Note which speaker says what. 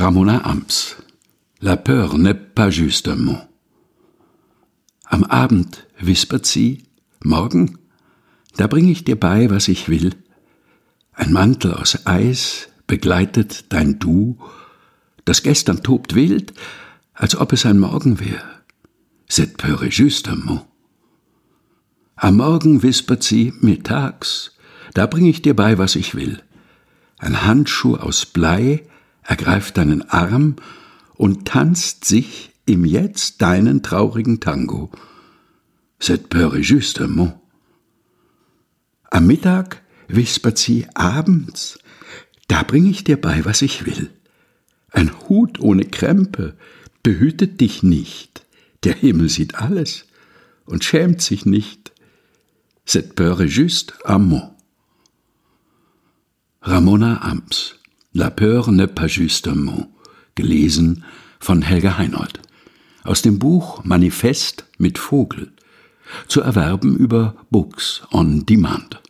Speaker 1: Ramona Amps. La peur n'est pas juste un mot. Am Abend wispert sie, morgen, da bring ich dir bei, was ich will. Ein Mantel aus Eis begleitet dein Du, das gestern tobt wild, als ob es ein Morgen wär. C'est peur et juste un mot. Am Morgen wispert sie, mittags, da bring ich dir bei, was ich will. Ein Handschuh aus Blei ergreift deinen Arm und tanzt sich im Jetzt deinen traurigen Tango. C'est peur et juste un mot. Am Mittag wispert sie, abends, da bring ich dir bei, was ich will. Ein Hut ohne Krempe behütet dich nicht. Der Himmel sieht alles und schämt sich nicht. C'est peur et juste un mot. Ramona Amps. La peur n'est pas juste un mot. Gelesen von Helga Heinold. Aus dem Buch Manifest mit Vogel. Zu erwerben über Books on Demand.